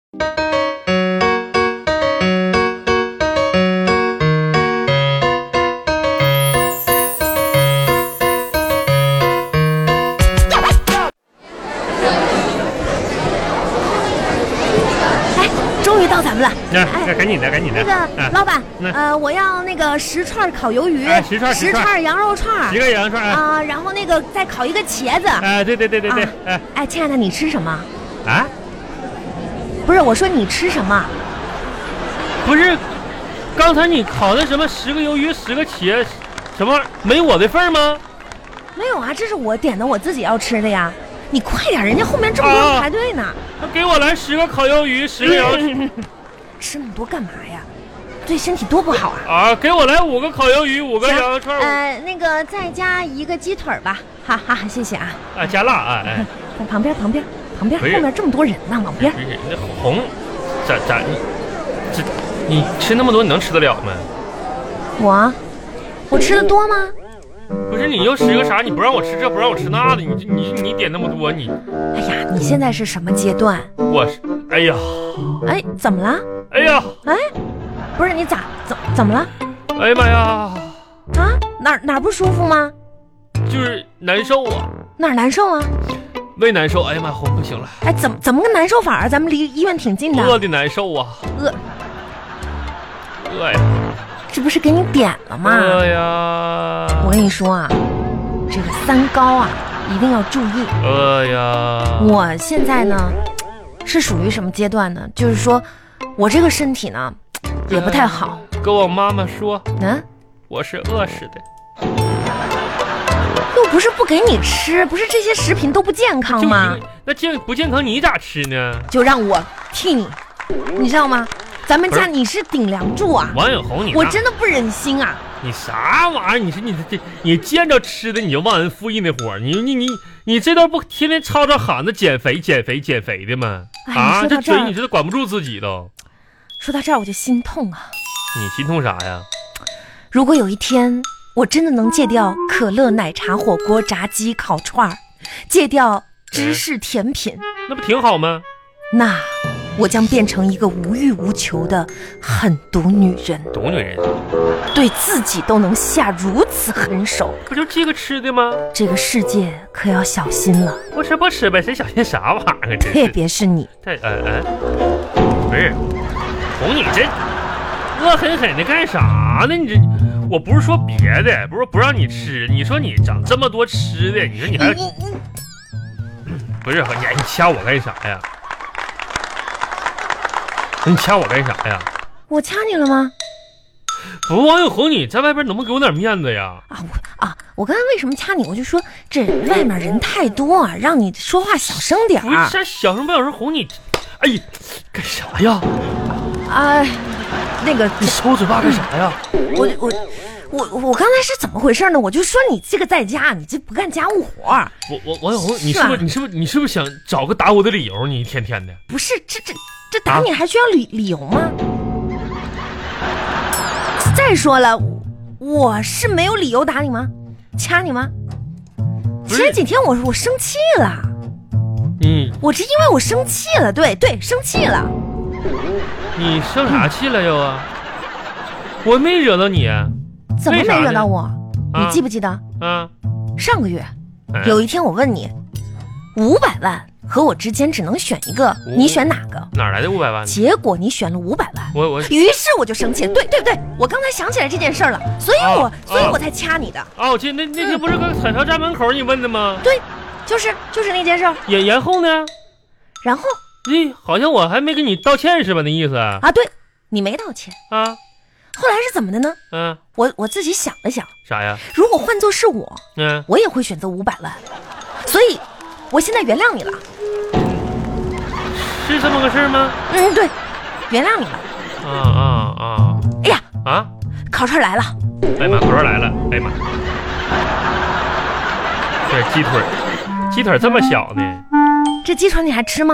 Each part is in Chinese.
终于到咱们了， 赶紧的。 那个老板，我要那个10串烤鱿鱼，10串羊肉串 ，10个羊肉串啊，然后那个再烤一个茄子。 对。 哎，亲爱的，你吃什么？ 啊？ 不是，我说你吃什么？ 不是，刚才你烤的什么10个鱿鱼10个茄，什么没我的份吗？ 没有啊，这是我点的，我自己要吃的呀。你快点，人家后面这么多人排队呢。 给我来10个烤鱿鱼，10个羊肉。 吃那么多干嘛呀？对身体多不好啊！ 啊，给我来5个烤鱿鱼，5个羊肉串。 那个再加1个鸡腿吧。哈，谢谢啊。 啊，加辣啊！哎， 在旁边，后面这么多人呢，往边。 那红，你吃那么多，你能吃得了吗？ 我吃的多吗？ 不是，你又10个啥？你不让我吃这，不让我吃那的，你点那么多，你。 哎呀，你现在是什么阶段？ 我是，哎呀。 哎，怎么了？ 哎呀， 哎，不是你怎么了？ 哎呀妈呀！ 啊，哪不舒服吗？ 就是难受啊。 哪儿难受啊？ 胃难受。哎呀妈，红不行了。 哎，怎么个难受法啊？咱们离医院挺近的。 饿的难受啊。饿呀。 这不是给你点了吗？ 饿呀。 我跟你说啊，这个3高啊，一定要注意。 饿呀。我现在呢，是属于什么阶段呢？就是说我这个身体呢，也不太好。 跟我妈妈说，我是饿死的。 又不是不给你吃，不是这些食品都不健康吗？ 那不健康你咋吃呢？ 就让我替你，你知道吗？咱们家你是顶梁柱啊！ 王永红， 我真的不忍心啊！ 你啥玩意儿？你说你见着吃的你就忘恩负义那活儿，你这段不天天吵吵喊着减肥的吗？啊，这嘴你这都管不住自己都。 说到这儿我就心痛啊！ 你心痛啥呀？ 如果有一天我真的能戒掉可乐、奶茶、火锅、炸鸡、烤串，戒掉芝士甜品， 那不挺好吗？ 那我将变成一个无欲无求的狠毒女人。 毒女人， 对自己都能下如此狠手， 不就这个吃的吗？ 这个世界可要小心了。 不吃呗，谁小心啥玩意儿？ 特别是你。 不是，红你这恶狠狠的干啥呢？你这，我不是说别的，不是不让你吃，你说你整这么多吃的，你说你还不是你掐我干啥呀？你掐我干啥呀？ 我掐你了吗？ 不，王永红，你在外边能不能给我点面子呀？ 我刚才为什么掐你？我就说这外面人太多啊，让你说话小声点。 不是小声不小声，红你，哎呀，干啥呀？ 哎，那个你收嘴巴干啥呀？ 我刚才是怎么回事呢？我就说你这个在家，你这不干家务活。 王永红，你是不是想找个打我的理由？你一天天的。 不是，这打你还需要理由吗？再说了，我是没有理由打你吗？掐你吗？前几天我生气了。我是因为我生气了，对，生气了。 你生啥气了又啊？我没惹到你。 怎么没惹到我？你记不记得？上个月有一天我问你，500万和我之间只能选一个，你选哪个？ 哪来的500万？ 结果你选了500万。于是我就生气了。对，我刚才想起来这件事了，所以我才掐你的。 我记得那天不是搁彩票站门口你问的吗？ 对，就是那件事。 然后呢？ 然后好像我还没给你道歉是吧？那意思啊？对，你没道歉啊。 后来是怎么的呢？我自己想了想， 啥呀？ 如果换作是我，我也会选择500万，所以我现在原谅你了。 是这么个事吗？ 对，原谅你了。哎呀烤串来了！ 哎呀妈，烤串来了！哎呀妈，这鸡腿这么小呢？ 这鸡腿你还吃吗？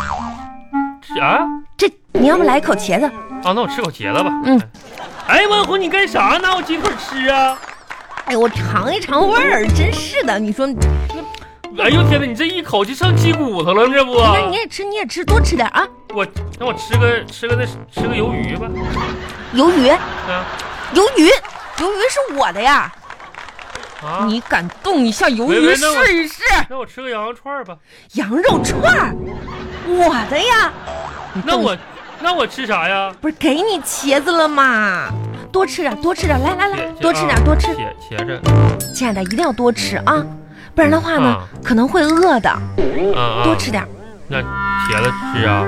这你要不来一口茄子？ 那我吃口茄子吧。哎，王红，你干啥拿我鸡腿吃啊？ 哎，我尝一尝味儿，真是的。你说， 哎呦天哪，你这一口就剩鸡骨头了，这不？ 你也吃，多吃点啊！ 那我吃个鱿鱼吧。 鱿鱼？ 啊， 鱿鱼是我的呀。啊！你敢动一下鱿鱼试一试？ 那我吃个羊肉串吧。 羊肉串，我的呀。 那我吃啥呀？ 不是给你茄子了吗？多吃点，来，多吃点，多吃。 茄子， 亲爱的，一定要多吃啊，不然的话呢，可能会饿的。多吃点。 那茄子吃啊？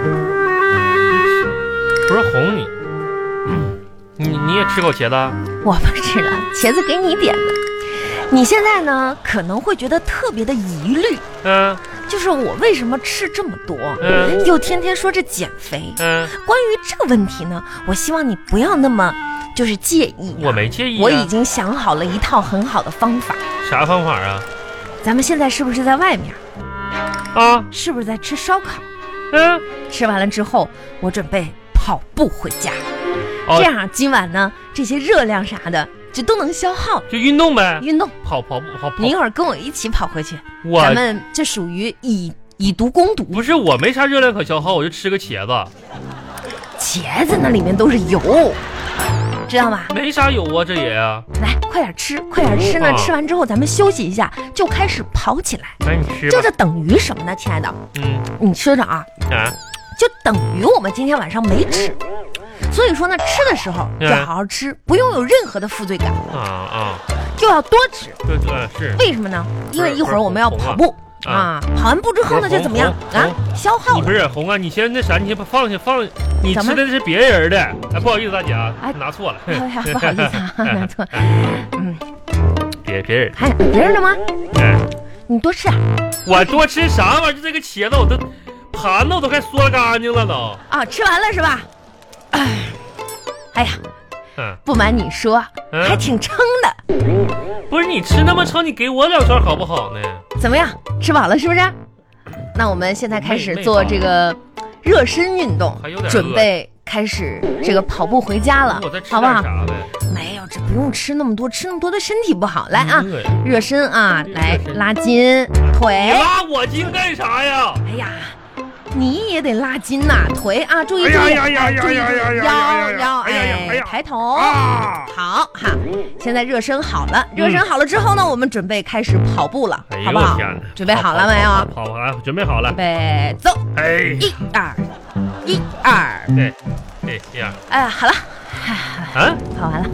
不是哄你，你也吃口茄子？ 我不吃了，茄子给你点的。你现在呢，可能会觉得特别的疑虑。就是我为什么吃这么多，又天天说着减肥。关于这个问题呢，我希望你不要那么就是介意。 我没介意。 我已经想好了一套很好的方法。 啥方法啊？ 咱们现在是不是在外面？ 啊？ 是不是在吃烧烤？吃完了之后，我准备跑步回家。这样今晚呢，这些热量啥的就都能消耗， 就运动呗。 运动， 跑。 你一会儿跟我一起跑回去，咱们这属于以毒攻毒。 不是，我没啥热量可消耗，我就吃个茄子。 茄子那里面都是油，知道吧？ 没啥油啊，这也啊。 来，快点吃呢！吃完之后咱们休息一下，就开始跑起来。 那你吃吧。 这就等于什么呢，亲爱的？你吃着啊。就等于我们今天晚上没吃。所以说呢，吃的时候要好好吃，不用有任何的负罪感。就要多吃。 对，是。 为什么呢？因为一会儿我们要跑步啊，跑完步之后呢，就怎么样啊？消耗。 不是红啊，你先那啥，你先放下，你吃的是别人的。不好意思，大姐啊，拿错了。 不好意思啊，拿错。 别人。 还别人的吗？你多吃啊。 我多吃啥玩意儿？就这个茄子，我都盘子我都快嗦干净了都。 啊，吃完了是吧？哎呀，不瞒你说，还挺撑的。 不是你吃那么撑，你给我2串好不好呢？ 怎么样？吃饱了是不是？那我们现在开始做这个热身运动，准备开始这个跑步回家了，好不好？没有，这不用吃那么多，吃那么多对身体不好。来啊，热身啊，来拉筋腿。 你拉我筋干啥呀？ 哎呀。你也得拉筋呐，腿啊，注意注意，腰，哎，抬头，好哈。现在热身好了，之后呢，我们准备开始跑步了，好不好？准备好了没有？ 跑啊，准备好了， 准备走。1、2，1、2， 对，这样。 好了，跑完了。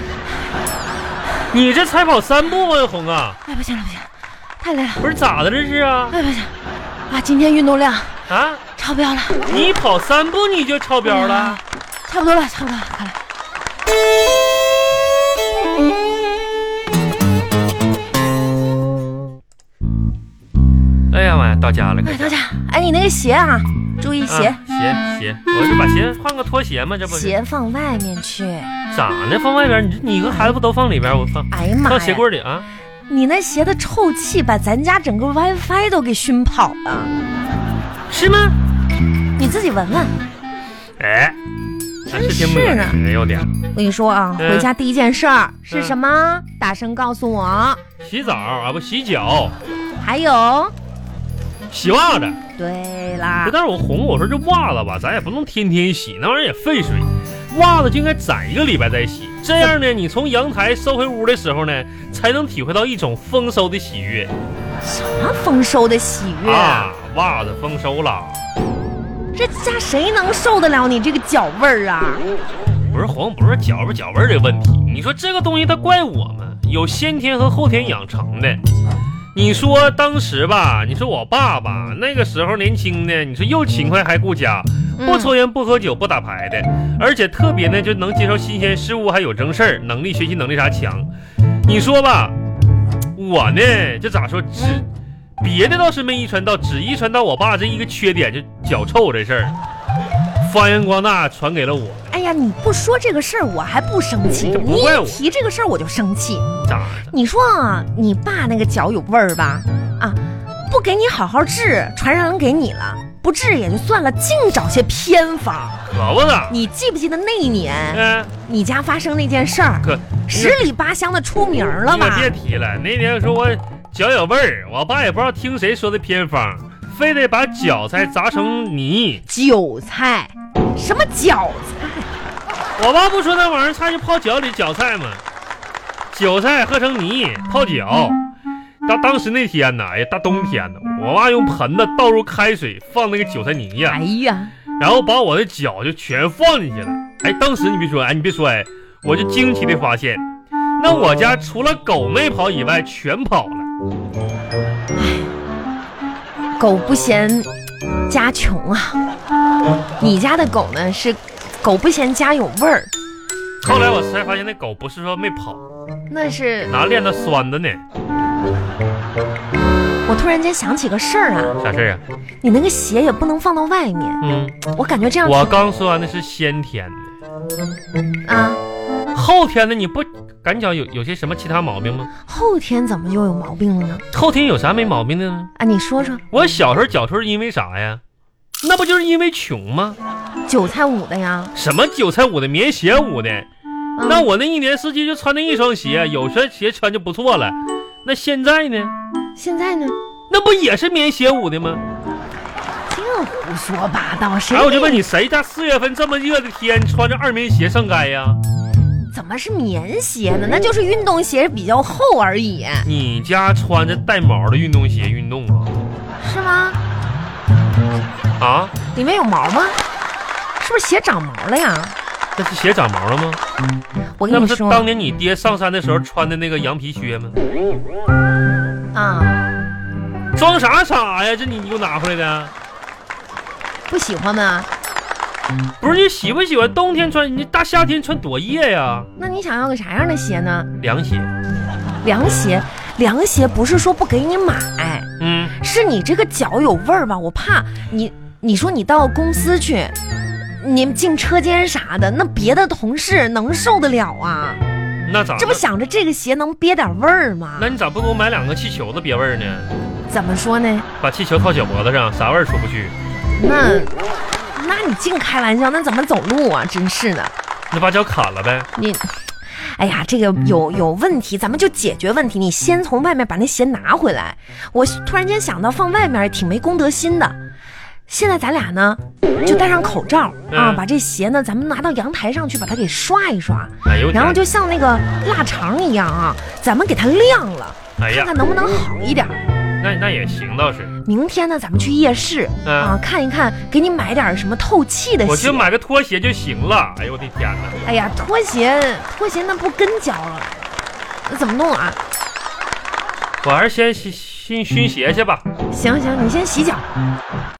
你这才跑3步吗，红啊？ 不行，太累了。 不是咋的这是啊？ 不行啊，今天运动量超标了。 你跑3步你就超标了？ 差不多了，快来。 哎呀妈呀，到家了！ 到家。你那个鞋啊，注意鞋。 鞋，我就把鞋换个拖鞋嘛，这不是？ 鞋放外面去。 咋的？放外边？你和孩子不都放里边？我放。 哎呀妈呀！ 放鞋柜里啊。 你那鞋的臭气把咱家整个 WiFi 都给熏跑了， 是吗？ 你自己闻闻。 真是呢，有点。 我跟你说啊，回家第一件事是什么？大声告诉我。 洗澡啊，不洗脚。 还有洗袜子。 对啦。 但是我说这袜子吧，咱也不能天天洗，那玩意儿也费水。袜子就应该攒1个礼拜再洗，这样呢，你从阳台收回屋的时候呢，才能体会到一种丰收的喜悦。 什么丰收的喜悦啊？袜子丰收了， 这家谁能受得了你这个脚味儿啊？ 不是红，不是脚味儿的问题。你说这个东西它怪我们，有先天和后天养成的。你说当时吧，你说我爸爸那个时候年轻的，你说又勤快还顾家。不抽烟不喝酒不打牌的，而且特别呢就能接受新鲜事物，还有正事儿，学习能力啥强。你说吧，我呢这咋说，别的倒是没遗传到，只遗传到我爸这一个缺点，就脚臭这事儿，发扬光大传给了我。 哎呀，你不说这个事儿我还不生气，你一提这个事儿我就生气。 咋？ 你说你爸那个脚有味儿吧？不给你好好治，传染给你了。不治也就算了，净找些偏方， 可不呢。 你记不记得那一年，你家发生那件事儿，10里8乡的出名了吧？ 你别提了，那年说我脚有味儿，我爸也不知道听谁说的偏方， 非得把韭菜砸成泥。 韭菜？什么韭菜？ 我爸不说那玩意儿差就泡脚里韭菜吗？韭菜喝成泥泡脚。当时那天呢，哎呀，大冬天的，我妈用盆子倒入开水，放那个韭菜泥呀， 哎呀， 然后把我的脚就全放进去了。哎，当时你别说，我就惊奇的发现，那我家除了狗没跑以外，全跑了。 狗不嫌家穷啊，你家的狗呢是狗不嫌家有味儿。 后来我才发现，那狗不是说没跑， 那是拿链子拴的呢。 我突然间想起个事儿啊。 啥事儿啊？ 你那个鞋也不能放到外面。我感觉这样。 我刚说完的是先天的啊， 后天的你不赶脚有些什么其他毛病吗？ 后天怎么就有毛病了呢？ 后天有啥没毛病的呢？ 啊，你说说。 我小时候脚腿因为啥呀？那不就是因为穷吗？ 韭菜舞的呀？ 什么韭菜舞的？棉鞋舞的。那我那一年四季就穿那一双鞋，有双鞋穿就不错了。那现在呢？那不也是棉鞋舞的吗？ 净胡说八道！ 哎，我就问你，谁家4月份这么热的天穿着二棉鞋上街呀？ 怎么是棉鞋呢？那就是运动鞋比较厚而已。 你家穿着带毛的运动鞋运动啊？ 是吗？ 啊？ 里面有毛吗？是不是鞋长毛了呀？ 那是鞋长毛了吗？ 我跟你说， 那不是当年你爹上山的时候穿的那个羊皮靴吗？ 啊！ 装啥傻呀？这你又拿回来的？ 不喜欢吗？ 不是，你喜不喜欢冬天穿？你大夏天穿多热呀？ 那你想要个啥样的鞋呢？ 凉鞋。 凉鞋不是说不给你买，是你这个脚有味儿吧？我怕你说你到公司去，你进车间啥的，那别的同事能受得了啊？ 那咋？ 这不想着这个鞋能憋点味儿吗？ 那你咋不给我买2个气球子憋味儿呢？ 怎么说呢？ 把气球套脚脖子上，啥味儿出不去？ 那你净开玩笑，那怎么走路啊？真是的。 那把脚砍了呗。 哎呀，这个有问题，咱们就解决问题。你先从外面把那鞋拿回来。我突然间想到，放外面也挺没公德心的。现在咱俩呢，就戴上口罩啊，把这鞋呢，咱们拿到阳台上去，把它给刷一刷。然后就像那个腊肠一样啊，咱们给它晾了，看看能不能好一点。 那也行，倒是。 明天呢，咱们去夜市啊，看一看，给你买点什么透气的鞋。 我就买个拖鞋就行了。哎呦我的天哪！ 哎呀，拖鞋那不跟脚了，那怎么弄啊？ 我还是先熏鞋去吧。 行，你先洗脚。